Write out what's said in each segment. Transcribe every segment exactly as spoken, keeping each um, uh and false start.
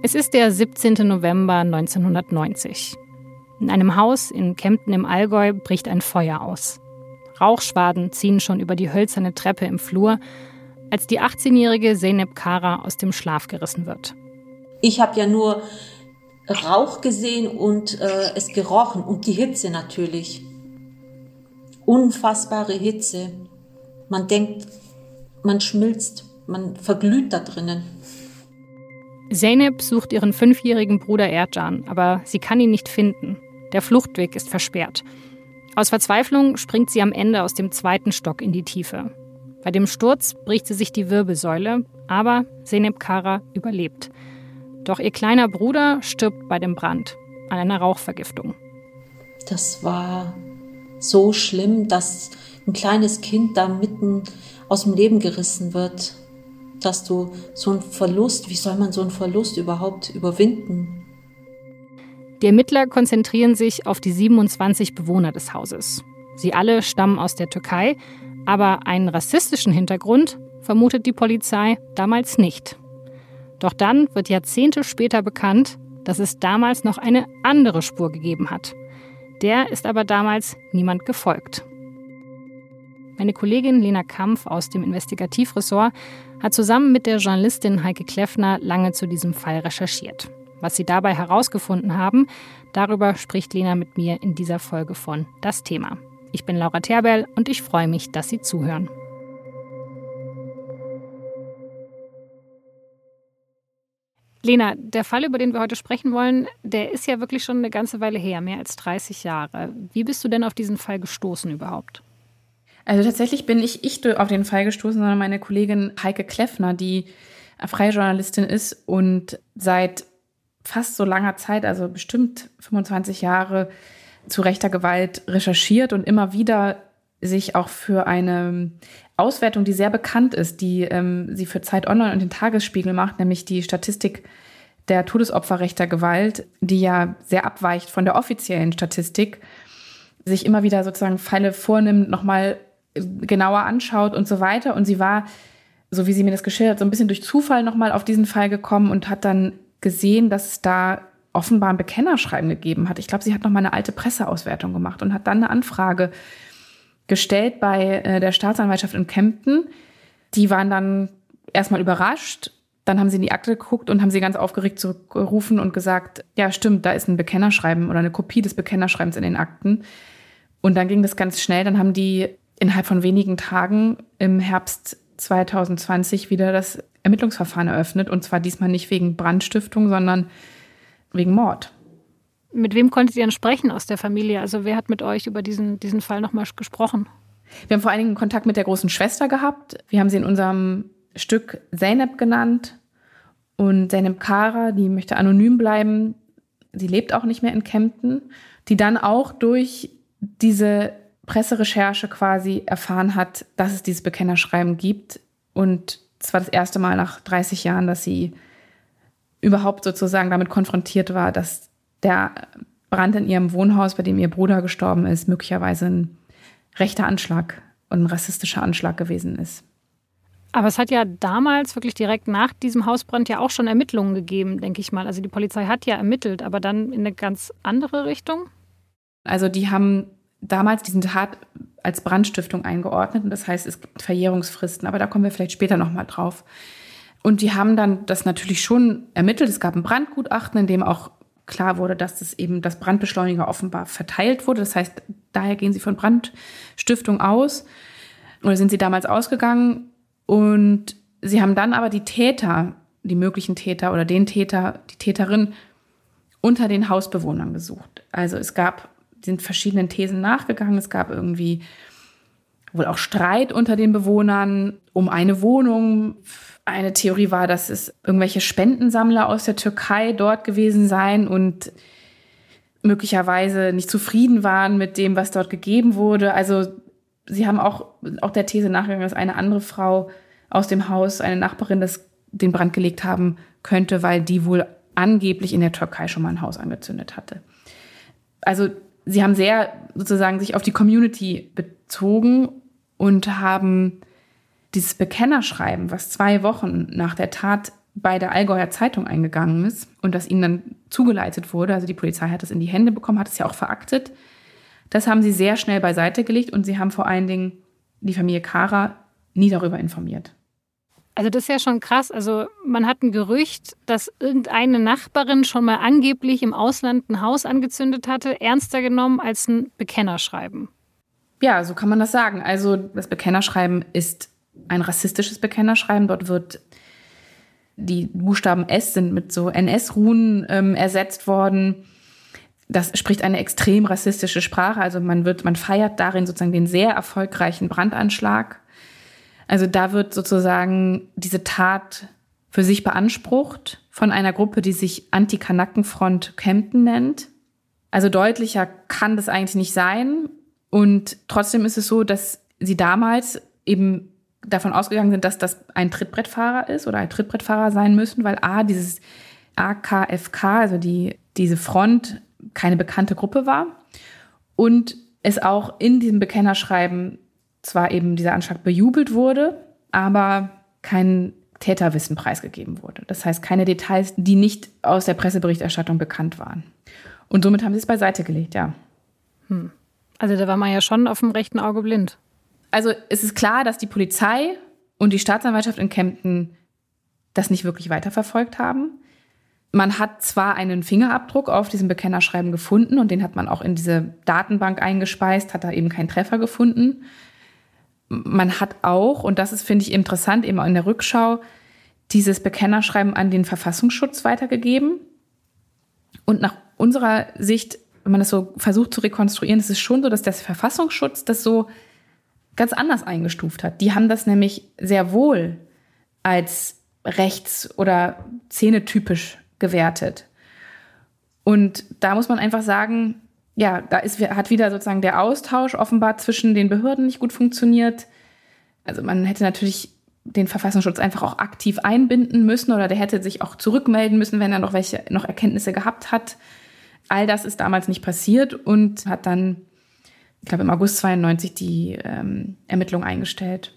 Es ist der siebzehnten November neunzehnhundertneunzig. In einem Haus in Kempten im Allgäu bricht ein Feuer aus. Rauchschwaden ziehen schon über die hölzerne Treppe im Flur, als die achtzehnjährige Zeynep Kara aus dem Schlaf gerissen wird. Ich habe ja nur Rauch gesehen und äh, es gerochen und die Hitze natürlich. Unfassbare Hitze. Man denkt, man schmilzt, man verglüht da drinnen. Zeynep sucht ihren fünfjährigen Bruder Ercan, aber sie kann ihn nicht finden. Der Fluchtweg ist versperrt. Aus Verzweiflung springt sie am Ende aus dem zweiten Stock in die Tiefe. Bei dem Sturz bricht sie sich die Wirbelsäule, aber Zeynep Kara überlebt. Doch ihr kleiner Bruder stirbt bei dem Brand an einer Rauchvergiftung. Das war so schlimm, dass ein kleines Kind da mitten aus dem Leben gerissen wird. Dass du so einen Verlust, wie soll man so einen Verlust überhaupt überwinden? Die Ermittler konzentrieren sich auf die siebenundzwanzig Bewohner des Hauses. Sie alle stammen aus der Türkei, aber einen rassistischen Hintergrund vermutet die Polizei damals nicht. Doch dann wird Jahrzehnte später bekannt, dass es damals noch eine andere Spur gegeben hat. Der ist aber damals niemand gefolgt. Meine Kollegin Lena Kampf aus dem Investigativressort hat zusammen mit der Journalistin Heike Kleffner lange zu diesem Fall recherchiert. Was sie dabei herausgefunden haben, darüber spricht Lena mit mir in dieser Folge von Das Thema. Ich bin Laura Terbell und ich freue mich, dass Sie zuhören. Lena, der Fall, über den wir heute sprechen wollen, der ist ja wirklich schon eine ganze Weile her, mehr als dreißig Jahre. Wie bist du denn auf diesen Fall gestoßen überhaupt? Also tatsächlich bin ich nicht auf den Fall gestoßen, sondern meine Kollegin Heike Kleffner, die freie Journalistin ist und seit fast so langer Zeit, also bestimmt fünfundzwanzig Jahre, zu rechter Gewalt recherchiert und immer wieder sich auch für eine Auswertung, die sehr bekannt ist, die ähm, sie für Zeit Online und den Tagesspiegel macht, nämlich die Statistik der Todesopfer rechter Gewalt, die ja sehr abweicht von der offiziellen Statistik, sich immer wieder sozusagen Fälle vornimmt, nochmal genauer anschaut und so weiter. Und sie war, so wie sie mir das geschildert hat, so ein bisschen durch Zufall nochmal auf diesen Fall gekommen und hat dann gesehen, dass es da offenbar ein Bekennerschreiben gegeben hat. Ich glaube, sie hat nochmal eine alte Presseauswertung gemacht und hat dann eine Anfrage gestellt bei äh, der Staatsanwaltschaft in Kempten. Die waren dann erstmal überrascht. Dann haben sie in die Akte geguckt und haben sie ganz aufgeregt zurückgerufen und gesagt, ja stimmt, da ist ein Bekennerschreiben oder eine Kopie des Bekennerschreibens in den Akten. Und dann ging das ganz schnell. Dann haben die innerhalb von wenigen Tagen im Herbst zwanzig zwanzig wieder das Ermittlungsverfahren eröffnet. Und zwar diesmal nicht wegen Brandstiftung, sondern wegen Mord. Mit wem konntet ihr denn sprechen aus der Familie? Also wer hat mit euch über diesen, diesen Fall nochmal gesprochen? Wir haben vor allen Dingen Kontakt mit der großen Schwester gehabt. Wir haben sie in unserem Stück Zeynep genannt. Und Zeynep Kara, die möchte anonym bleiben. Sie lebt auch nicht mehr in Kempten. Die dann auch durch diese Presserecherche quasi erfahren hat, dass es dieses Bekennerschreiben gibt. Und es war das erste Mal nach dreißig Jahren, dass sie überhaupt sozusagen damit konfrontiert war, dass der Brand in ihrem Wohnhaus, bei dem ihr Bruder gestorben ist, möglicherweise ein rechter Anschlag und ein rassistischer Anschlag gewesen ist. Aber es hat ja damals, wirklich direkt nach diesem Hausbrand, ja auch schon Ermittlungen gegeben, denke ich mal. Also die Polizei hat ja ermittelt, aber dann in eine ganz andere Richtung? Also die haben damals diesen Tat als Brandstiftung eingeordnet. Und das heißt, es gibt Verjährungsfristen. Aber da kommen wir vielleicht später noch mal drauf. Und die haben dann das natürlich schon ermittelt. Es gab ein Brandgutachten, in dem auch klar wurde, dass das eben das Brandbeschleuniger offenbar verteilt wurde. Das heißt, daher gehen sie von Brandstiftung aus. Oder sind sie damals ausgegangen. Und sie haben dann aber die Täter, die möglichen Täter oder den Täter, die Täterin unter den Hausbewohnern gesucht. Also es gab, sind verschiedenen Thesen nachgegangen. Es gab irgendwie wohl auch Streit unter den Bewohnern um eine Wohnung. Eine Theorie war, dass es irgendwelche Spendensammler aus der Türkei dort gewesen seien und möglicherweise nicht zufrieden waren mit dem, was dort gegeben wurde. Also sie haben auch, auch der These nachgegangen, dass eine andere Frau aus dem Haus, eine Nachbarin, das den Brand gelegt haben könnte, weil die wohl angeblich in der Türkei schon mal ein Haus angezündet hatte. Also sie haben sehr sozusagen sich auf die Community bezogen und haben dieses Bekennerschreiben, was zwei Wochen nach der Tat bei der Allgäuer Zeitung eingegangen ist und das ihnen dann zugeleitet wurde, also die Polizei hat das in die Hände bekommen, hat es ja auch veraktet, das haben sie sehr schnell beiseite gelegt und sie haben vor allen Dingen die Familie Kara nie darüber informiert. Also das ist ja schon krass. Also man hat ein Gerücht, dass irgendeine Nachbarin schon mal angeblich im Ausland ein Haus angezündet hatte, ernster genommen als ein Bekennerschreiben. Ja, so kann man das sagen. Also das Bekennerschreiben ist ein rassistisches Bekennerschreiben. Dort wird die Buchstaben S sind mit so N S-Runen ähm, ersetzt worden. Das spricht eine extrem rassistische Sprache. Also man wird, man feiert darin sozusagen den sehr erfolgreichen Brandanschlag. Also da wird sozusagen diese Tat für sich beansprucht von einer Gruppe, die sich Anti-Kanaken-Front Kempten nennt. Also deutlicher kann das eigentlich nicht sein. Und trotzdem ist es so, dass sie damals eben davon ausgegangen sind, dass das ein Trittbrettfahrer ist oder ein Trittbrettfahrer sein müssen, weil A, dieses A K F K, also die, diese Front, keine bekannte Gruppe war. Und es auch in diesem Bekennerschreiben zwar eben dieser Anschlag bejubelt wurde, aber kein Täterwissen preisgegeben wurde. Das heißt, keine Details, die nicht aus der Presseberichterstattung bekannt waren. Und somit haben sie es beiseite gelegt, ja. Hm. Also da war man ja schon auf dem rechten Auge blind. Also es ist klar, dass die Polizei und die Staatsanwaltschaft in Kempten das nicht wirklich weiterverfolgt haben. Man hat zwar einen Fingerabdruck auf diesem Bekennerschreiben gefunden und den hat man auch in diese Datenbank eingespeist, hat da eben keinen Treffer gefunden. Man hat auch, und das ist, finde ich, interessant, eben in der Rückschau, dieses Bekennerschreiben an den Verfassungsschutz weitergegeben. Und nach unserer Sicht, wenn man das so versucht zu rekonstruieren, ist es schon so, dass der Verfassungsschutz das so ganz anders eingestuft hat. Die haben das nämlich sehr wohl als rechts- oder szenetypisch gewertet. Und da muss man einfach sagen, ja, da ist, hat wieder sozusagen der Austausch offenbar zwischen den Behörden nicht gut funktioniert. Also man hätte natürlich den Verfassungsschutz einfach auch aktiv einbinden müssen oder der hätte sich auch zurückmelden müssen, wenn er noch welche noch Erkenntnisse gehabt hat. All das ist damals nicht passiert und hat dann, ich glaube, im August zweiundneunzig die ähm, Ermittlung eingestellt.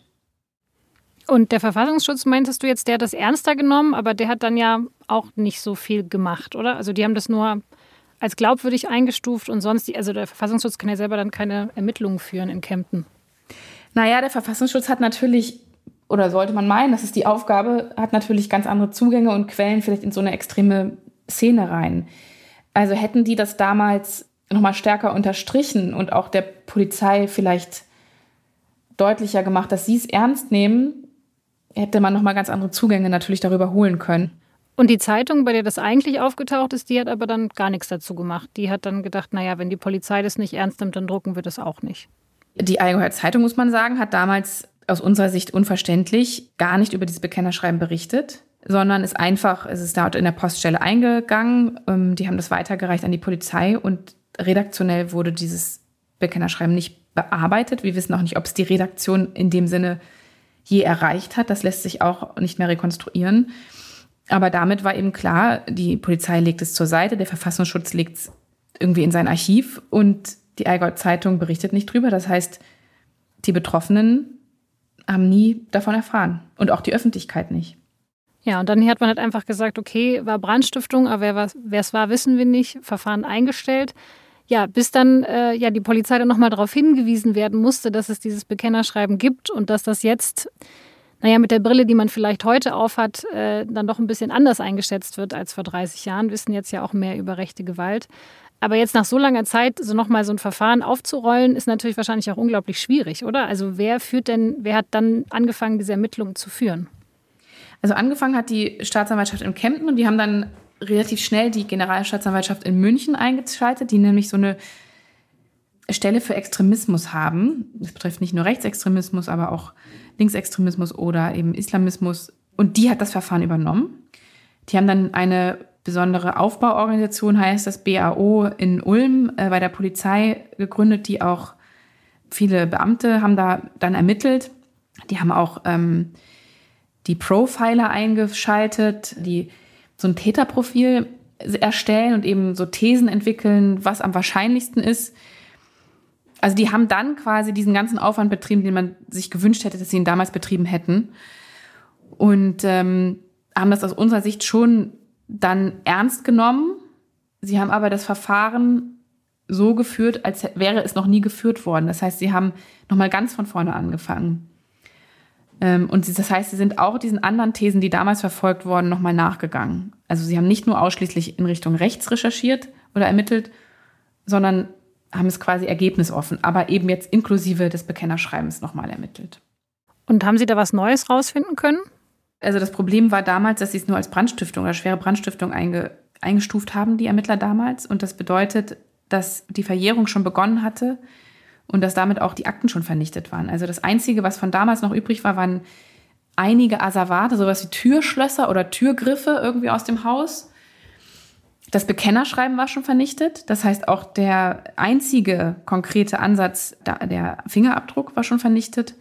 Und der Verfassungsschutz, meintest du jetzt, der hat das ernster genommen, aber der hat dann ja auch nicht so viel gemacht, oder? Also die haben das nur als glaubwürdig eingestuft und sonst, also der Verfassungsschutz kann ja selber dann keine Ermittlungen führen in Kempten. Naja, der Verfassungsschutz hat natürlich, oder sollte man meinen, das ist die Aufgabe, hat natürlich ganz andere Zugänge und Quellen vielleicht in so eine extreme Szene rein. Also hätten die das damals nochmal stärker unterstrichen und auch der Polizei vielleicht deutlicher gemacht, dass sie es ernst nehmen, hätte man nochmal ganz andere Zugänge natürlich darüber holen können. Und die Zeitung, bei der das eigentlich aufgetaucht ist, die hat aber dann gar nichts dazu gemacht. Die hat dann gedacht, naja, wenn die Polizei das nicht ernst nimmt, dann drucken wir das auch nicht. Die Allgäuer Zeitung, muss man sagen, hat damals aus unserer Sicht unverständlich gar nicht über dieses Bekennerschreiben berichtet, sondern ist einfach, es ist dort in der Poststelle eingegangen. Die haben das weitergereicht an die Polizei und redaktionell wurde dieses Bekennerschreiben nicht bearbeitet. Wir wissen auch nicht, ob es die Redaktion in dem Sinne je erreicht hat. Das lässt sich auch nicht mehr rekonstruieren. Aber damit war eben klar, die Polizei legt es zur Seite, der Verfassungsschutz legt es irgendwie in sein Archiv und die Allgäuer Zeitung berichtet nicht drüber. Das heißt, die Betroffenen haben nie davon erfahren und auch die Öffentlichkeit nicht. Ja, und dann hat man halt einfach gesagt, okay, war Brandstiftung, aber wer es war, wissen wir nicht, Verfahren eingestellt. Ja, bis dann äh, ja die Polizei dann nochmal darauf hingewiesen werden musste, dass es dieses Bekennerschreiben gibt und dass das jetzt, naja, mit der Brille, die man vielleicht heute aufhat, äh, dann doch ein bisschen anders eingeschätzt wird als vor dreißig Jahren. Wir wissen jetzt ja auch mehr über rechte Gewalt. Aber jetzt nach so langer Zeit so nochmal so ein Verfahren aufzurollen, ist natürlich wahrscheinlich auch unglaublich schwierig, oder? Also wer führt denn, wer hat dann angefangen, diese Ermittlungen zu führen? Also angefangen hat die Staatsanwaltschaft in Kempten und die haben dann relativ schnell die Generalstaatsanwaltschaft in München eingeschaltet, die nämlich so eine Stelle für Extremismus haben. Das betrifft nicht nur Rechtsextremismus, aber auch Linksextremismus oder eben Islamismus. Und die hat das Verfahren übernommen. Die haben dann eine besondere Aufbauorganisation, heißt das B A O, in Ulm äh, bei der Polizei gegründet, die auch viele Beamte haben da dann ermittelt. Die haben auch ähm, die Profiler eingeschaltet, die so ein Täterprofil erstellen und eben so Thesen entwickeln, was am wahrscheinlichsten ist. Also die haben dann quasi diesen ganzen Aufwand betrieben, den man sich gewünscht hätte, dass sie ihn damals betrieben hätten. Und ähm, haben das aus unserer Sicht schon dann ernst genommen. Sie haben aber das Verfahren so geführt, als wäre es noch nie geführt worden. Das heißt, sie haben nochmal ganz von vorne angefangen. Und das heißt, sie sind auch diesen anderen Thesen, die damals verfolgt wurden, nochmal nachgegangen. Also sie haben nicht nur ausschließlich in Richtung rechts recherchiert oder ermittelt, sondern haben es quasi ergebnisoffen, aber eben jetzt inklusive des Bekennerschreibens nochmal ermittelt. Und haben Sie da was Neues rausfinden können? Also das Problem war damals, dass sie es nur als Brandstiftung oder schwere Brandstiftung einge, eingestuft haben, die Ermittler damals. Und das bedeutet, dass die Verjährung schon begonnen hatte und dass damit auch die Akten schon vernichtet waren. Also das Einzige, was von damals noch übrig war, waren einige Asservate, sowas wie Türschlösser oder Türgriffe irgendwie aus dem Haus. Das Bekennerschreiben war schon vernichtet. Das heißt, auch der einzige konkrete Ansatz, der Fingerabdruck, war schon vernichtet.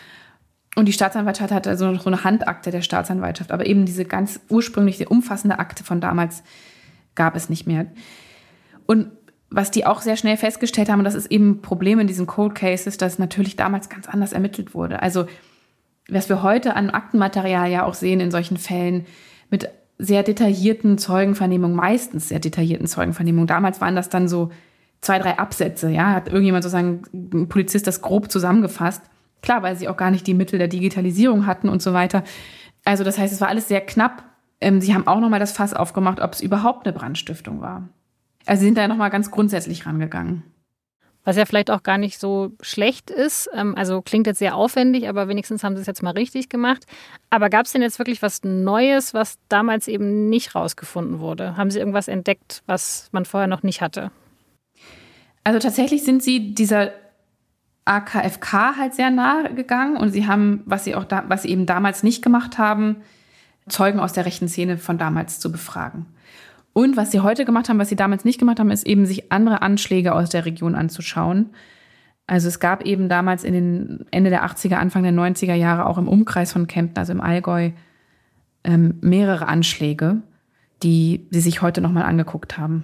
Und die Staatsanwaltschaft hatte also noch so eine Handakte der Staatsanwaltschaft. Aber eben diese ganz ursprüngliche, umfassende Akte von damals gab es nicht mehr. Und was die auch sehr schnell festgestellt haben, und das ist eben ein Problem in diesen Cold Cases, dass natürlich damals ganz anders ermittelt wurde. Also was wir heute an Aktenmaterial ja auch sehen in solchen Fällen mit sehr detaillierten Zeugenvernehmungen, meistens sehr detaillierten Zeugenvernehmungen. Damals waren das dann so zwei, drei Absätze, ja, hat irgendjemand sozusagen, ein Polizist das grob zusammengefasst. Klar, weil sie auch gar nicht die Mittel der Digitalisierung hatten und so weiter. Also das heißt, es war alles sehr knapp. Sie haben auch nochmal das Fass aufgemacht, ob es überhaupt eine Brandstiftung war. Also sie sind da nochmal ganz grundsätzlich rangegangen. Was ja vielleicht auch gar nicht so schlecht ist. Also klingt jetzt sehr aufwendig, aber wenigstens haben sie es jetzt mal richtig gemacht. Aber gab es denn jetzt wirklich was Neues, was damals eben nicht rausgefunden wurde? Haben Sie irgendwas entdeckt, was man vorher noch nicht hatte? Also tatsächlich sind sie dieser A K F K halt sehr nahe gegangen und sie haben, was sie auch da, was sie eben damals nicht gemacht haben, Zeugen aus der rechten Szene von damals zu befragen. Und was sie heute gemacht haben, was sie damals nicht gemacht haben, ist eben, sich andere Anschläge aus der Region anzuschauen. Also es gab eben damals in den Ende der achtziger, Anfang der neunziger Jahre auch im Umkreis von Kempten, also im Allgäu, ähm, mehrere Anschläge, die sie sich heute nochmal angeguckt haben.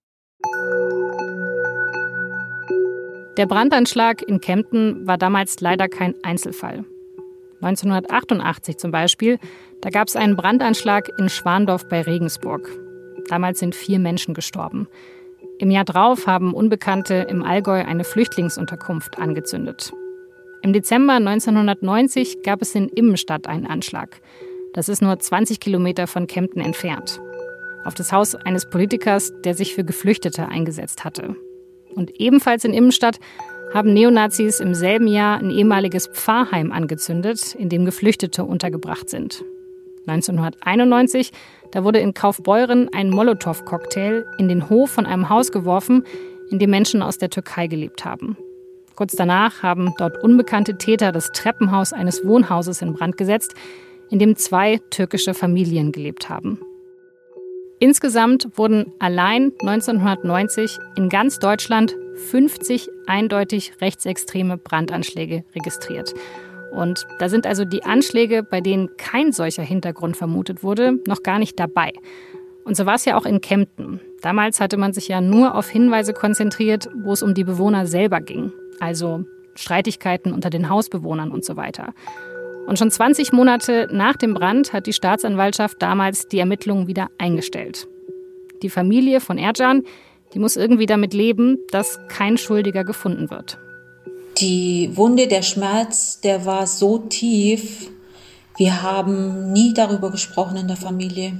Der Brandanschlag in Kempten war damals leider kein Einzelfall. neunzehnhundertachtundachtzig zum Beispiel, da gab es einen Brandanschlag in Schwandorf bei Regensburg. Damals sind vier Menschen gestorben. Im Jahr drauf haben Unbekannte im Allgäu eine Flüchtlingsunterkunft angezündet. Im Dezember neunzehnhundertneunzig gab es in Immenstadt einen Anschlag. Das ist nur zwanzig Kilometer von Kempten entfernt. Auf das Haus eines Politikers, der sich für Geflüchtete eingesetzt hatte. Und ebenfalls in Immenstadt haben Neonazis im selben Jahr ein ehemaliges Pfarrheim angezündet, in dem Geflüchtete untergebracht sind. neunzehnhunderteinundneunzig, da wurde in Kaufbeuren ein Molotow-Cocktail in den Hof von einem Haus geworfen, in dem Menschen aus der Türkei gelebt haben. Kurz danach haben dort unbekannte Täter das Treppenhaus eines Wohnhauses in Brand gesetzt, in dem zwei türkische Familien gelebt haben. Insgesamt wurden allein neunzehnhundertneunzig in ganz Deutschland fünfzig eindeutig rechtsextreme Brandanschläge registriert. Und da sind also die Anschläge, bei denen kein solcher Hintergrund vermutet wurde, noch gar nicht dabei. Und so war es ja auch in Kempten. Damals hatte man sich ja nur auf Hinweise konzentriert, wo es um die Bewohner selber ging. Also Streitigkeiten unter den Hausbewohnern und so weiter. Und schon zwanzig Monate nach dem Brand hat die Staatsanwaltschaft damals die Ermittlungen wieder eingestellt. Die Familie von Ercan, die muss irgendwie damit leben, dass kein Schuldiger gefunden wird. Die Wunde, der Schmerz, der war so tief. Wir haben nie darüber gesprochen in der Familie.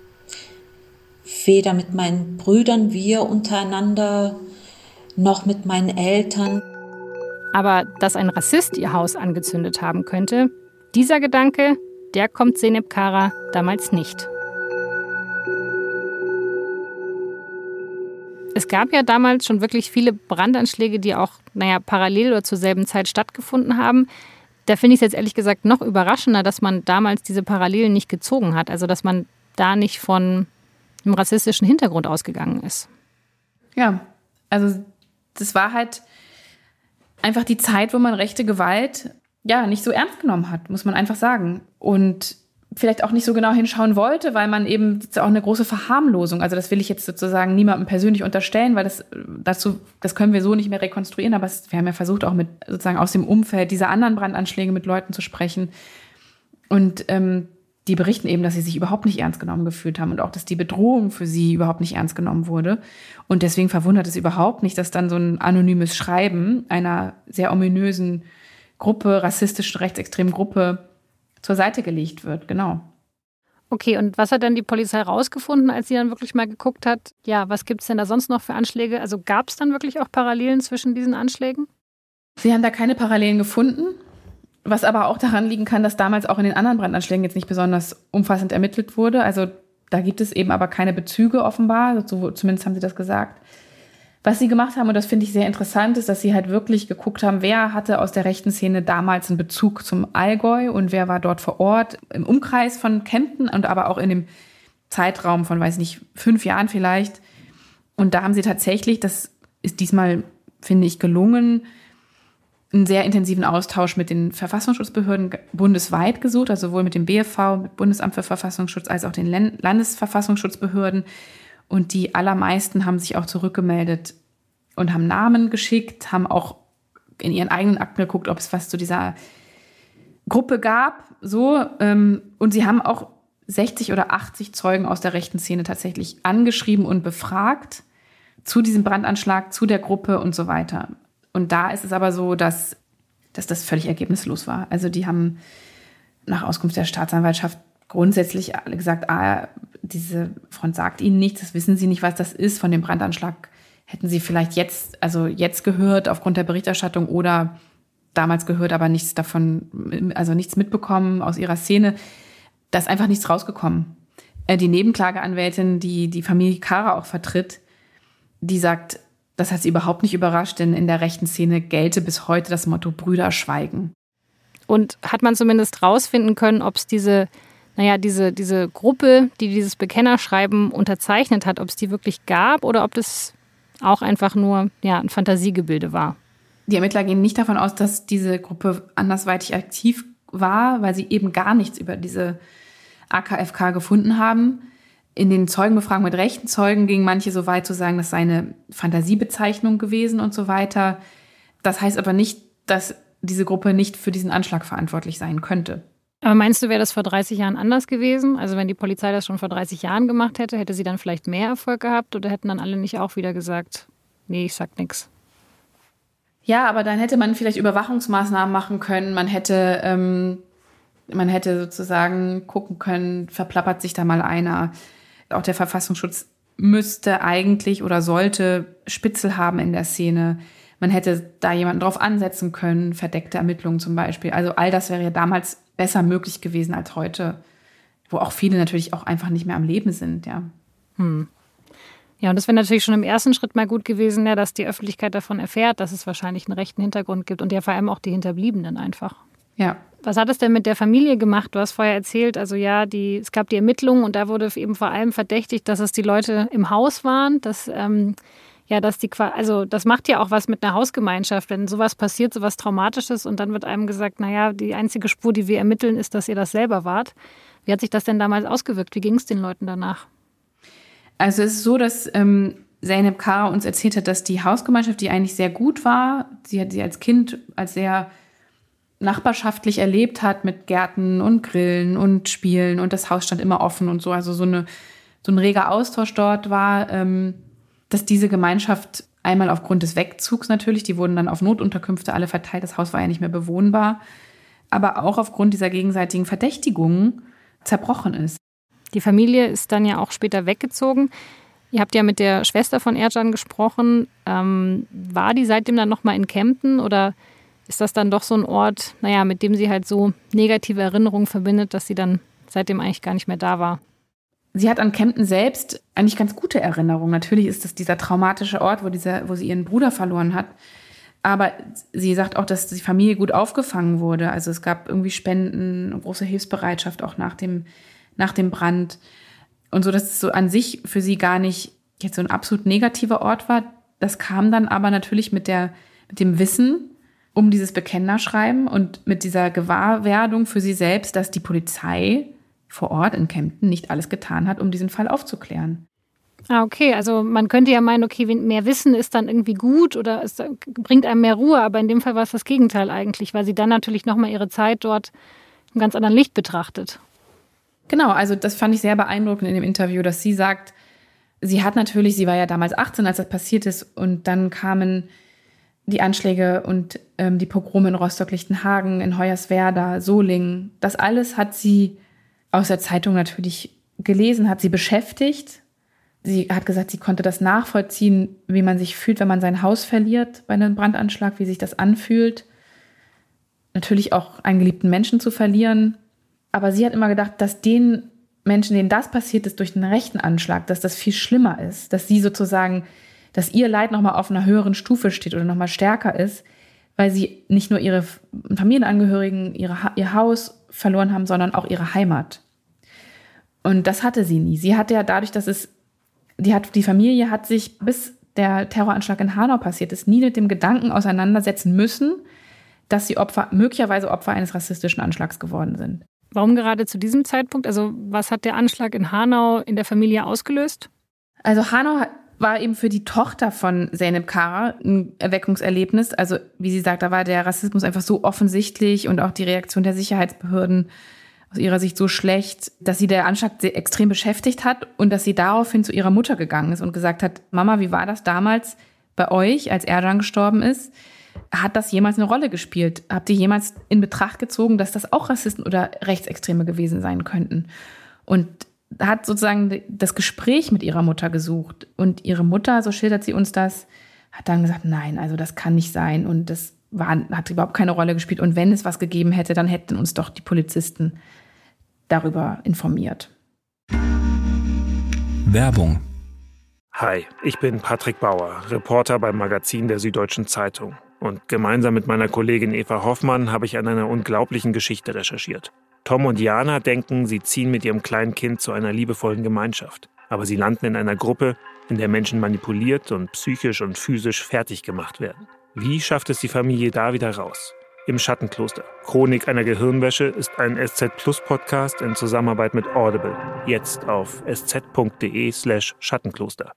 Weder mit meinen Brüdern, wir untereinander, noch mit meinen Eltern. Aber dass ein Rassist ihr Haus angezündet haben könnte, dieser Gedanke, der kommt Zeynep Kara damals nicht. Es gab ja damals schon wirklich viele Brandanschläge, die auch, naja, parallel oder zur selben Zeit stattgefunden haben. Da finde ich es jetzt ehrlich gesagt noch überraschender, dass man damals diese Parallelen nicht gezogen hat. Also, dass man da nicht von einem rassistischen Hintergrund ausgegangen ist. Ja, also das war halt einfach die Zeit, wo man rechte Gewalt ja nicht so ernst genommen hat, muss man einfach sagen. Und vielleicht auch nicht so genau hinschauen wollte, weil man eben auch eine große Verharmlosung, also das will ich jetzt sozusagen niemandem persönlich unterstellen, weil das dazu, das können wir so nicht mehr rekonstruieren, aber es, wir haben ja versucht, auch mit sozusagen aus dem Umfeld dieser anderen Brandanschläge mit Leuten zu sprechen. Und ähm, die berichten eben, dass sie sich überhaupt nicht ernst genommen gefühlt haben und auch, dass die Bedrohung für sie überhaupt nicht ernst genommen wurde. Und deswegen verwundert es überhaupt nicht, dass dann so ein anonymes Schreiben einer sehr ominösen Gruppe, rassistischen, rechtsextremen Gruppe zur Seite gelegt wird. Genau. Okay, und was hat dann die Polizei rausgefunden, als sie dann wirklich mal geguckt hat, ja, was gibt es denn da sonst noch für Anschläge? Also gab es dann wirklich auch Parallelen zwischen diesen Anschlägen? Sie haben da keine Parallelen gefunden, was aber auch daran liegen kann, dass damals auch in den anderen Brandanschlägen jetzt nicht besonders umfassend ermittelt wurde. Also da gibt es eben aber keine Bezüge offenbar, so, zumindest haben sie das gesagt. Was sie gemacht haben, und das finde ich sehr interessant, ist, dass sie halt wirklich geguckt haben, wer hatte aus der rechten Szene damals einen Bezug zum Allgäu und wer war dort vor Ort im Umkreis von Kempten und aber auch in dem Zeitraum von, weiß nicht, fünf Jahren vielleicht. Und da haben sie tatsächlich, das ist diesmal, finde ich, gelungen, einen sehr intensiven Austausch mit den Verfassungsschutzbehörden bundesweit gesucht, also sowohl mit dem B F V, mit Bundesamt für Verfassungsschutz, als auch den Landesverfassungsschutzbehörden. Und die allermeisten haben sich auch zurückgemeldet und haben Namen geschickt, haben auch in ihren eigenen Akten geguckt, ob es was zu dieser Gruppe gab. So, ähm, und sie haben auch sechzig oder achtzig Zeugen aus der rechten Szene tatsächlich angeschrieben und befragt zu diesem Brandanschlag, zu der Gruppe und so weiter. Und da ist es aber so, dass, dass das völlig ergebnislos war. Also die haben nach Auskunft der Staatsanwaltschaft grundsätzlich alle gesagt, ah, diese Front sagt ihnen nichts, das wissen sie nicht, was das ist. Von dem Brandanschlag hätten sie vielleicht jetzt, also jetzt gehört aufgrund der Berichterstattung oder damals gehört, aber nichts davon, also nichts mitbekommen aus ihrer Szene. Da ist einfach nichts rausgekommen. Die Nebenklageanwältin, die die Familie Kara auch vertritt, die sagt, das hat sie überhaupt nicht überrascht, denn in der rechten Szene gelte bis heute das Motto Brüder schweigen. Und hat man zumindest rausfinden können, ob es diese Naja, diese, diese Gruppe, die dieses Bekennerschreiben unterzeichnet hat, ob es die wirklich gab oder ob das auch einfach nur ja, ein Fantasiegebilde war? Die Ermittler gehen nicht davon aus, dass diese Gruppe andersweitig aktiv war, weil sie eben gar nichts über diese A K F K gefunden haben. In den Zeugenbefragungen mit rechten Zeugen gingen manche so weit zu sagen, das sei eine Fantasiebezeichnung gewesen und so weiter. Das heißt aber nicht, dass diese Gruppe nicht für diesen Anschlag verantwortlich sein könnte. Aber meinst du, wäre das vor dreißig Jahren anders gewesen? Also wenn die Polizei das schon vor dreißig Jahren gemacht hätte, hätte sie dann vielleicht mehr Erfolg gehabt oder hätten dann alle nicht auch wieder gesagt, nee, ich sag nix? Ja, aber dann hätte man vielleicht Überwachungsmaßnahmen machen können. Man hätte, ähm, man hätte sozusagen gucken können, verplappert sich da mal einer. Auch der Verfassungsschutz müsste eigentlich oder sollte Spitzel haben in der Szene. Man hätte da jemanden drauf ansetzen können, verdeckte Ermittlungen zum Beispiel. Also all das wäre ja damals besser möglich gewesen als heute, wo auch viele natürlich auch einfach nicht mehr am Leben sind, ja. Hm. Ja, und das wäre natürlich schon im ersten Schritt mal gut gewesen, ja, dass die Öffentlichkeit davon erfährt, dass es wahrscheinlich einen rechten Hintergrund gibt und ja vor allem auch die Hinterbliebenen einfach. Ja. Was hat es denn mit der Familie gemacht? Du hast vorher erzählt, also ja, die, es gab die Ermittlungen und da wurde eben vor allem verdächtigt, dass es die Leute im Haus waren, dass ähm, ja, dass die, also das macht ja auch was mit einer Hausgemeinschaft, wenn sowas passiert, sowas Traumatisches und dann wird einem gesagt, naja, die einzige Spur, die wir ermitteln, ist, dass ihr das selber wart. Wie hat sich das denn damals ausgewirkt? Wie ging es den Leuten danach? Also es ist so, dass ähm, Zeynep Kara uns erzählt hat, dass die Hausgemeinschaft, die eigentlich sehr gut war, sie hat sie als Kind als sehr nachbarschaftlich erlebt hat mit Gärten und Grillen und Spielen und das Haus stand immer offen und so, also so, eine, so ein reger Austausch dort war, ähm, dass diese Gemeinschaft einmal aufgrund des Wegzugs natürlich, die wurden dann auf Notunterkünfte alle verteilt, das Haus war ja nicht mehr bewohnbar, aber auch aufgrund dieser gegenseitigen Verdächtigungen zerbrochen ist. Die Familie ist dann ja auch später weggezogen. Ihr habt ja mit der Schwester von Ercan gesprochen. Ähm, war die seitdem dann nochmal in Kempten oder ist das dann doch so ein Ort, naja, mit dem sie halt so negative Erinnerungen verbindet, dass sie dann seitdem eigentlich gar nicht mehr da war? Sie hat an Kempten selbst eigentlich ganz gute Erinnerungen. Natürlich ist das dieser traumatische Ort, wo, dieser, wo sie ihren Bruder verloren hat. Aber sie sagt auch, dass die Familie gut aufgefangen wurde. Also es gab irgendwie Spenden, große Hilfsbereitschaft auch nach dem, nach dem Brand. Und so, dass es so an sich für sie gar nicht jetzt so ein absolut negativer Ort war. Das kam dann aber natürlich mit, der, mit dem Wissen um dieses Bekennerschreiben und mit dieser Gewahrwerdung für sie selbst, dass die Polizei vor Ort in Kempten nicht alles getan hat, um diesen Fall aufzuklären. Ah, okay. Also man könnte ja meinen, okay, mehr Wissen ist dann irgendwie gut oder es bringt einem mehr Ruhe. Aber in dem Fall war es das Gegenteil eigentlich, weil sie dann natürlich nochmal ihre Zeit dort im ganz anderen Licht betrachtet. Genau, also das fand ich sehr beeindruckend in dem Interview, dass sie sagt, sie hat natürlich, sie war ja damals achtzehn, als das passiert ist, und dann kamen die Anschläge und ähm, die Pogrome in Rostock-Lichtenhagen, in Hoyerswerda, Solingen. Das alles hat sie aus der Zeitung natürlich gelesen, hat sie beschäftigt. Sie hat gesagt, sie konnte das nachvollziehen, wie man sich fühlt, wenn man sein Haus verliert bei einem Brandanschlag, wie sich das anfühlt. Natürlich auch einen geliebten Menschen zu verlieren. Aber sie hat immer gedacht, dass den Menschen, denen das passiert ist durch den rechten Anschlag, dass das viel schlimmer ist. Dass sie sozusagen, dass ihr Leid nochmal auf einer höheren Stufe steht oder nochmal stärker ist, weil sie nicht nur ihre Familienangehörigen, ihre, ihr Haus verloren haben, sondern auch ihre Heimat. Und das hatte sie nie. Sie hatte ja dadurch, dass es, die, hat, die Familie hat sich, bis der Terroranschlag in Hanau passiert ist, nie mit dem Gedanken auseinandersetzen müssen, dass sie Opfer, möglicherweise Opfer eines rassistischen Anschlags geworden sind. Warum gerade zu diesem Zeitpunkt? Also was hat der Anschlag in Hanau in der Familie ausgelöst? Also Hanau war eben für die Tochter von Zeynep Kara ein Erweckungserlebnis. Also wie sie sagt, da war der Rassismus einfach so offensichtlich und auch die Reaktion der Sicherheitsbehörden aus ihrer Sicht so schlecht, dass sie der Anschlag sehr extrem beschäftigt hat und dass sie daraufhin zu ihrer Mutter gegangen ist und gesagt hat, Mama, wie war das damals bei euch, als Ercan gestorben ist? Hat das jemals eine Rolle gespielt? Habt ihr jemals in Betracht gezogen, dass das auch Rassisten oder Rechtsextreme gewesen sein könnten? Und hat sozusagen das Gespräch mit ihrer Mutter gesucht. Und ihre Mutter, so schildert sie uns das, hat dann gesagt, nein, also das kann nicht sein. Und das war, hat überhaupt keine Rolle gespielt. Und wenn es was gegeben hätte, dann hätten uns doch die Polizisten darüber informiert. Werbung. Hi, ich bin Patrick Bauer, Reporter beim Magazin der Süddeutschen Zeitung. Und gemeinsam mit meiner Kollegin Eva Hoffmann habe ich an einer unglaublichen Geschichte recherchiert. Tom und Jana denken, sie ziehen mit ihrem kleinen Kind zu einer liebevollen Gemeinschaft. Aber sie landen in einer Gruppe, in der Menschen manipuliert und psychisch und physisch fertig gemacht werden. Wie schafft es die Familie da wieder raus? Im Schattenkloster. Chronik einer Gehirnwäsche ist ein S Z Plus Podcast in Zusammenarbeit mit Audible. Jetzt auf sz.de slash Schattenkloster.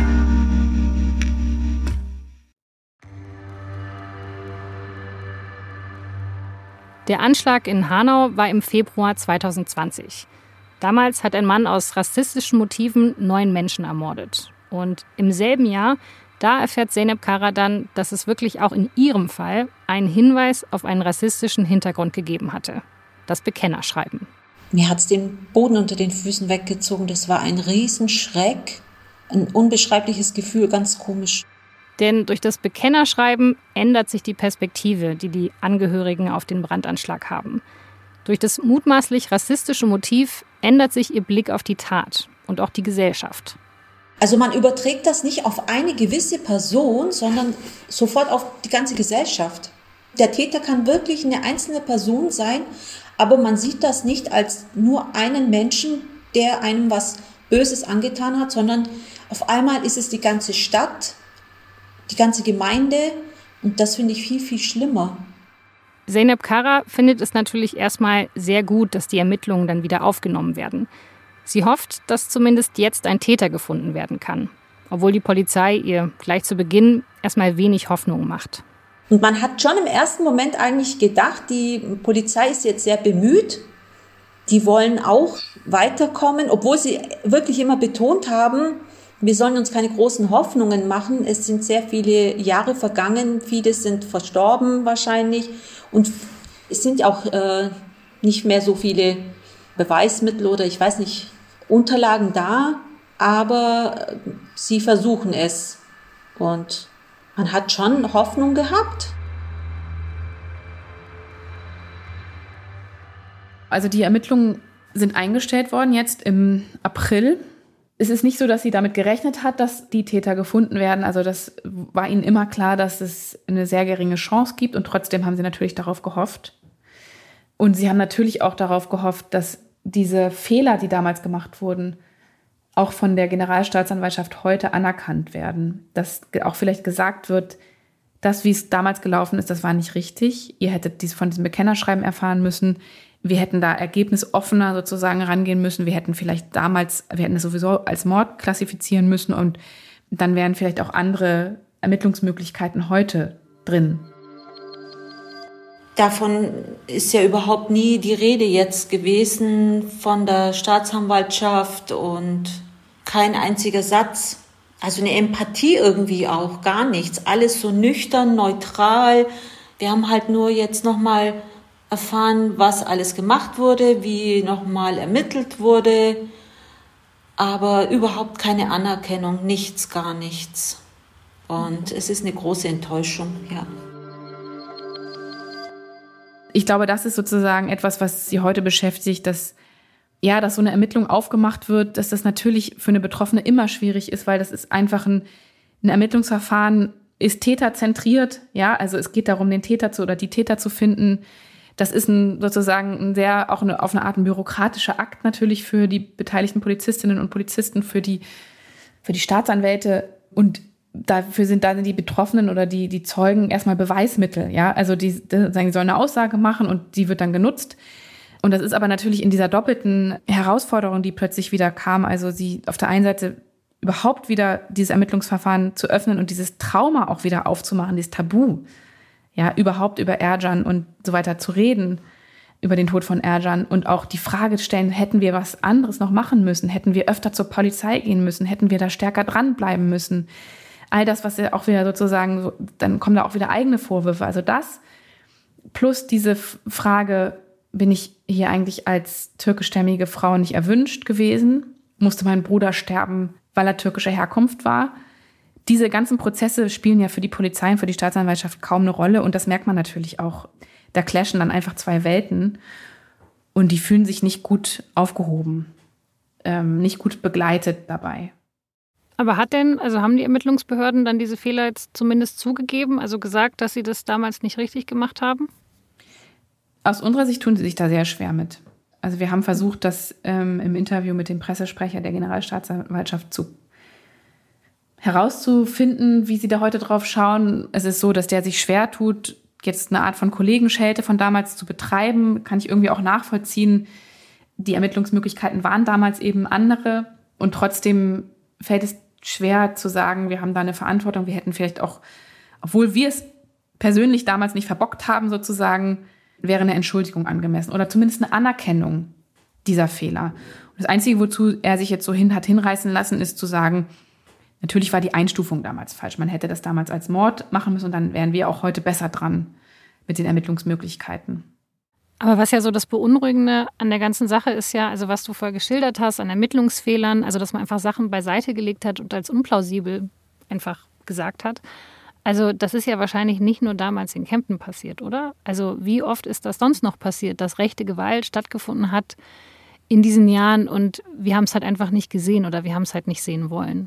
Der Anschlag in Hanau war im Februar zwanzig zwanzig. Damals hat ein Mann aus rassistischen Motiven neun Menschen ermordet. Und im selben Jahr, da erfährt Zeynep Kara dann, dass es wirklich auch in ihrem Fall einen Hinweis auf einen rassistischen Hintergrund gegeben hatte. Das Bekennerschreiben. Mir hat es den Boden unter den Füßen weggezogen. Das war ein Riesenschreck, ein unbeschreibliches Gefühl, ganz komisch. Denn durch das Bekennerschreiben ändert sich die Perspektive, die die Angehörigen auf den Brandanschlag haben. Durch das mutmaßlich rassistische Motiv ändert sich ihr Blick auf die Tat und auch die Gesellschaft. Also man überträgt das nicht auf eine gewisse Person, sondern sofort auf die ganze Gesellschaft. Der Täter kann wirklich eine einzelne Person sein, aber man sieht das nicht als nur einen Menschen, der einem was Böses angetan hat, sondern auf einmal ist es die ganze Stadt, die ganze Gemeinde, und das finde ich viel, viel schlimmer. Zeynep Kara findet es natürlich erstmal sehr gut, dass die Ermittlungen dann wieder aufgenommen werden. Sie hofft, dass zumindest jetzt ein Täter gefunden werden kann, obwohl die Polizei ihr gleich zu Beginn erstmal wenig Hoffnung macht. Und man hat schon im ersten Moment eigentlich gedacht, die Polizei ist jetzt sehr bemüht, die wollen auch weiterkommen, obwohl sie wirklich immer betont haben, wir sollen uns keine großen Hoffnungen machen. Es sind sehr viele Jahre vergangen, viele sind verstorben wahrscheinlich und es sind auch äh, nicht mehr so viele Beweismittel oder ich weiß nicht, Unterlagen da, aber sie versuchen es und man hat schon Hoffnung gehabt. Also die Ermittlungen sind eingestellt worden jetzt im April. Es ist nicht so, dass sie damit gerechnet hat, dass die Täter gefunden werden. Also das war ihnen immer klar, dass es eine sehr geringe Chance gibt. Und trotzdem haben sie natürlich darauf gehofft. Und sie haben natürlich auch darauf gehofft, dass diese Fehler, die damals gemacht wurden, auch von der Generalstaatsanwaltschaft heute anerkannt werden. Dass auch vielleicht gesagt wird, das, wie es damals gelaufen ist, das war nicht richtig. Ihr hättet dies von diesem Bekennerschreiben erfahren müssen. Wir hätten da ergebnisoffener sozusagen rangehen müssen. Wir hätten vielleicht damals, wir hätten es sowieso als Mord klassifizieren müssen und dann wären vielleicht auch andere Ermittlungsmöglichkeiten heute drin. Davon ist ja überhaupt nie die Rede jetzt gewesen von der Staatsanwaltschaft und kein einziger Satz. Also eine Empathie irgendwie auch, gar nichts. Alles so nüchtern, neutral. Wir haben halt nur jetzt nochmal erfahren, was alles gemacht wurde, wie nochmal ermittelt wurde. Aber überhaupt keine Anerkennung, nichts, gar nichts. Und es ist eine große Enttäuschung, ja. Ich glaube, das ist sozusagen etwas, was Sie heute beschäftigt, dass ja, dass so eine Ermittlung aufgemacht wird, dass das natürlich für eine Betroffene immer schwierig ist, weil das ist einfach ein, ein Ermittlungsverfahren, ist täterzentriert, ja, also es geht darum, den Täter zu oder die Täter zu finden. Das ist ein, sozusagen ein sehr, auch eine, auf eine Art ein bürokratischer Akt natürlich für die beteiligten Polizistinnen und Polizisten, für die, für die Staatsanwälte, und dafür sind dann die Betroffenen oder die, die Zeugen erstmal Beweismittel, ja, also die, die sollen eine Aussage machen und die wird dann genutzt. Und das ist aber natürlich in dieser doppelten Herausforderung, die plötzlich wieder kam, also sie auf der einen Seite überhaupt wieder dieses Ermittlungsverfahren zu öffnen und dieses Trauma auch wieder aufzumachen, dieses Tabu, ja, überhaupt über Ercan und so weiter zu reden, über den Tod von Ercan, und auch die Frage stellen, hätten wir was anderes noch machen müssen, hätten wir öfter zur Polizei gehen müssen, hätten wir da stärker dranbleiben müssen. All das, was ja auch wieder sozusagen, so, dann kommen da auch wieder eigene Vorwürfe. Also das plus diese Frage, bin ich hier eigentlich als türkischstämmige Frau nicht erwünscht gewesen? Musste mein Bruder sterben, weil er türkischer Herkunft war? Diese ganzen Prozesse spielen ja für die Polizei und für die Staatsanwaltschaft kaum eine Rolle. Und das merkt man natürlich auch. Da clashen dann einfach zwei Welten. Und die fühlen sich nicht gut aufgehoben, ähm, nicht gut begleitet dabei. Aber hat denn, also haben die Ermittlungsbehörden dann diese Fehler jetzt zumindest zugegeben, also gesagt, dass sie das damals nicht richtig gemacht haben? Aus unserer Sicht tun sie sich da sehr schwer mit. Also wir haben versucht, das ähm, im Interview mit dem Pressesprecher der Generalstaatsanwaltschaft zu herauszufinden, wie sie da heute drauf schauen. Es ist so, dass der sich schwer tut, jetzt eine Art von Kollegenschelte von damals zu betreiben. Kann ich irgendwie auch nachvollziehen. Die Ermittlungsmöglichkeiten waren damals eben andere. Und trotzdem fällt es schwer zu sagen, wir haben da eine Verantwortung. Wir hätten vielleicht auch, obwohl wir es persönlich damals nicht verbockt haben sozusagen, wäre eine Entschuldigung angemessen oder zumindest eine Anerkennung dieser Fehler. Und das Einzige, wozu er sich jetzt so hin hat hinreißen lassen, ist zu sagen, natürlich war die Einstufung damals falsch. Man hätte das damals als Mord machen müssen und dann wären wir auch heute besser dran mit den Ermittlungsmöglichkeiten. Aber was ja so das Beunruhigende an der ganzen Sache ist ja, also was du vorher geschildert hast, an Ermittlungsfehlern, also dass man einfach Sachen beiseite gelegt hat und als unplausibel einfach gesagt hat. Also das ist ja wahrscheinlich nicht nur damals in Kempten passiert, oder? Also wie oft ist das sonst noch passiert, dass rechte Gewalt stattgefunden hat in diesen Jahren und wir haben es halt einfach nicht gesehen oder wir haben es halt nicht sehen wollen?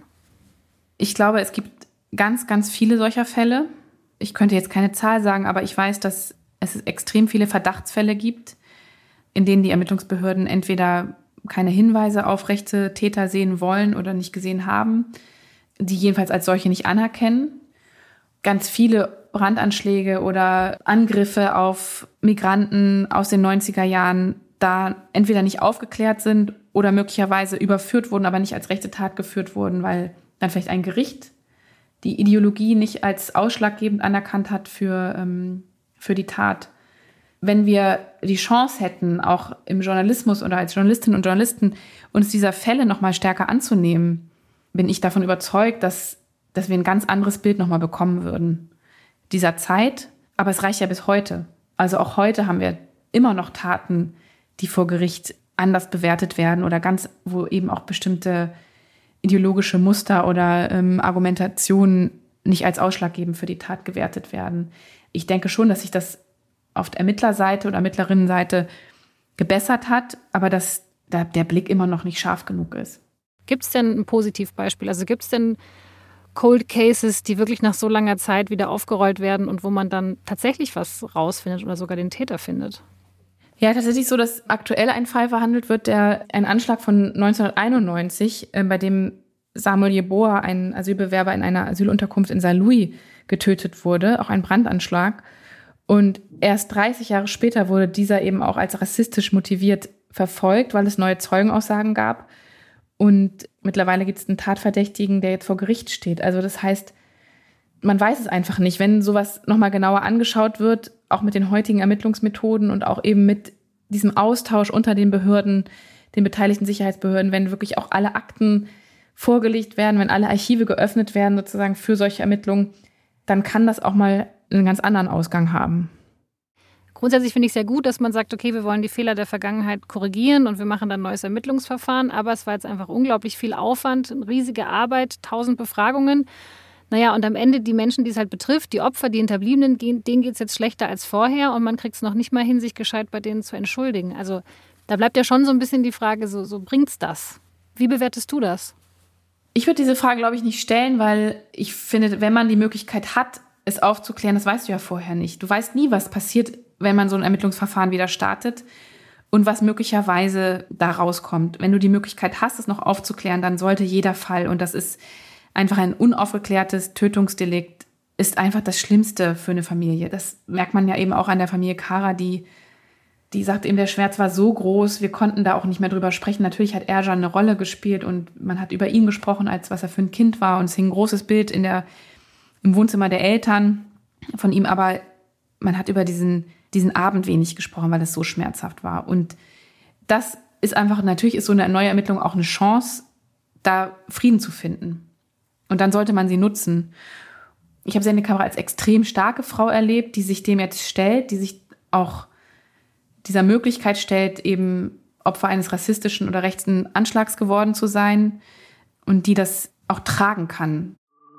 Ich glaube, es gibt ganz, ganz viele solcher Fälle. Ich könnte jetzt keine Zahl sagen, aber ich weiß, dass es extrem viele Verdachtsfälle gibt, in denen die Ermittlungsbehörden entweder keine Hinweise auf rechte Täter sehen wollen oder nicht gesehen haben, die jedenfalls als solche nicht anerkennen. Ganz viele Brandanschläge oder Angriffe auf Migranten aus den neunziger Jahren da entweder nicht aufgeklärt sind oder möglicherweise überführt wurden, aber nicht als rechte Tat geführt wurden, weil dann vielleicht ein Gericht die Ideologie nicht als ausschlaggebend anerkannt hat für, ähm, für die Tat. Wenn wir die Chance hätten, auch im Journalismus oder als Journalistinnen und Journalisten uns dieser Fälle noch mal stärker anzunehmen, bin ich davon überzeugt, dass dass wir ein ganz anderes Bild nochmal bekommen würden dieser Zeit. Aber es reicht ja bis heute. Also auch heute haben wir immer noch Taten, die vor Gericht anders bewertet werden oder ganz, wo eben auch bestimmte ideologische Muster oder ähm, Argumentationen nicht als ausschlaggebend für die Tat gewertet werden. Ich denke schon, dass sich das auf der Ermittlerseite oder Ermittlerinnenseite gebessert hat, aber dass da der Blick immer noch nicht scharf genug ist. Gibt es denn ein Positivbeispiel? Also gibt es denn Cold Cases, die wirklich nach so langer Zeit wieder aufgerollt werden und wo man dann tatsächlich was rausfindet oder sogar den Täter findet? Ja, tatsächlich so, dass aktuell ein Fall verhandelt wird, der ein Anschlag von neunzehnhunderteinundneunzig, äh, bei dem Samuel Yeboah, ein Asylbewerber in einer Asylunterkunft in Saarlouis, getötet wurde, auch ein Brandanschlag. Und erst dreißig Jahre später wurde dieser eben auch als rassistisch motiviert verfolgt, weil es neue Zeugenaussagen gab. Und mittlerweile gibt es einen Tatverdächtigen, der jetzt vor Gericht steht. Also das heißt, man weiß es einfach nicht, wenn sowas nochmal genauer angeschaut wird, auch mit den heutigen Ermittlungsmethoden und auch eben mit diesem Austausch unter den Behörden, den beteiligten Sicherheitsbehörden, wenn wirklich auch alle Akten vorgelegt werden, wenn alle Archive geöffnet werden sozusagen für solche Ermittlungen, dann kann das auch mal einen ganz anderen Ausgang haben. Grundsätzlich finde ich es sehr gut, dass man sagt, okay, wir wollen die Fehler der Vergangenheit korrigieren und wir machen dann ein neues Ermittlungsverfahren. Aber es war jetzt einfach unglaublich viel Aufwand, eine riesige Arbeit, tausend Befragungen. Naja, und am Ende die Menschen, die es halt betrifft, die Opfer, die Hinterbliebenen, denen geht es jetzt schlechter als vorher und man kriegt es noch nicht mal hin, sich gescheit bei denen zu entschuldigen. Also da bleibt ja schon so ein bisschen die Frage, so, so bringt's das? Wie bewertest du das? Ich würde diese Frage, glaube ich, nicht stellen, weil ich finde, wenn man die Möglichkeit hat, es aufzuklären, das weißt du ja vorher nicht. Du weißt nie, was passiert, wenn man so ein Ermittlungsverfahren wieder startet und was möglicherweise da rauskommt. Wenn du die Möglichkeit hast, es noch aufzuklären, dann sollte jeder Fall, und das ist einfach ein unaufgeklärtes Tötungsdelikt, ist einfach das Schlimmste für eine Familie. Das merkt man ja eben auch an der Familie Kara, die, die sagt eben, der Schmerz war so groß, wir konnten da auch nicht mehr drüber sprechen. Natürlich hat Ercan eine Rolle gespielt und man hat über ihn gesprochen, als was er für ein Kind war, und es hing ein großes Bild in der, im Wohnzimmer der Eltern von ihm, aber man hat über diesen, diesen Abend wenig gesprochen, weil es so schmerzhaft war. Und das ist einfach, natürlich ist so eine neue Ermittlung auch eine Chance, da Frieden zu finden. Und dann sollte man sie nutzen. Ich habe Zende Kamara als extrem starke Frau erlebt, die sich dem jetzt stellt, die sich auch dieser Möglichkeit stellt, eben Opfer eines rassistischen oder rechten Anschlags geworden zu sein und die das auch tragen kann.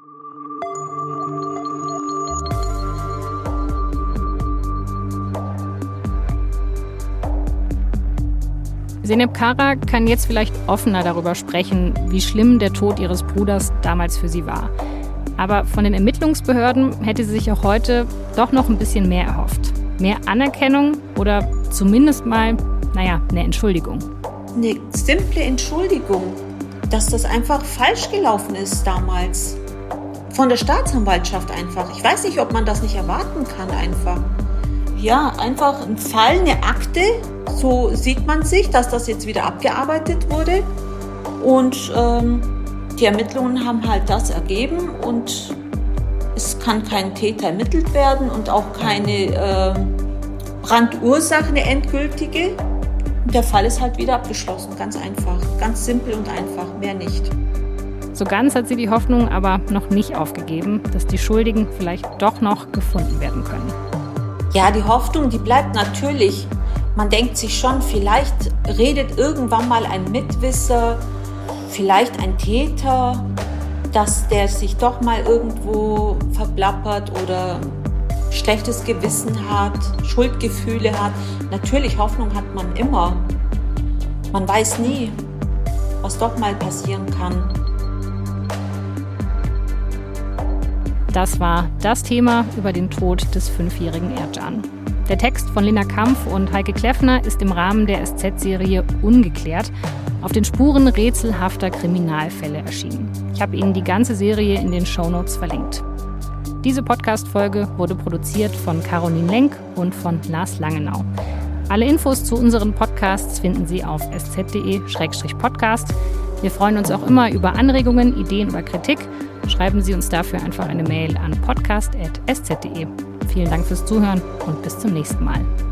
Zeynep Kara kann jetzt vielleicht offener darüber sprechen, wie schlimm der Tod ihres Bruders damals für sie war. Aber von den Ermittlungsbehörden hätte sie sich auch heute doch noch ein bisschen mehr erhofft. Mehr Anerkennung oder zumindest mal, naja, eine Entschuldigung. Eine simple Entschuldigung, dass das einfach falsch gelaufen ist damals. Von der Staatsanwaltschaft einfach. Ich weiß nicht, ob man das nicht erwarten kann einfach. Ja, einfach ein Fall, eine Akte, so sieht man sich, dass das jetzt wieder abgearbeitet wurde. Und ähm, die Ermittlungen haben halt das ergeben und es kann kein Täter ermittelt werden und auch keine äh, Brandursache, eine endgültige. Und der Fall ist halt wieder abgeschlossen, ganz einfach, ganz simpel und einfach, mehr nicht. So ganz hat sie die Hoffnung aber noch nicht aufgegeben, dass die Schuldigen vielleicht doch noch gefunden werden können. Ja, die Hoffnung, die bleibt natürlich. Man denkt sich schon, vielleicht redet irgendwann mal ein Mitwisser, vielleicht ein Täter, dass der sich doch mal irgendwo verplappert oder schlechtes Gewissen hat, Schuldgefühle hat. Natürlich, Hoffnung hat man immer. Man weiß nie, was doch mal passieren kann. Das war das Thema über den Tod des fünfjährigen Ercan. Der Text von Lena Kampf und Heike Kleffner ist im Rahmen der S Z-Serie Ungeklärt auf den Spuren rätselhafter Kriminalfälle erschienen. Ich habe Ihnen die ganze Serie in den Shownotes verlinkt. Diese Podcast-Folge wurde produziert von Caroline Lenk und von Lars Langenau. Alle Infos zu unseren Podcasts finden Sie auf s z punkt d e slash podcast. Wir freuen uns auch immer über Anregungen, Ideen oder Kritik. Schreiben Sie uns dafür einfach eine Mail an podcast at s z punkt d e. Vielen Dank fürs Zuhören und bis zum nächsten Mal.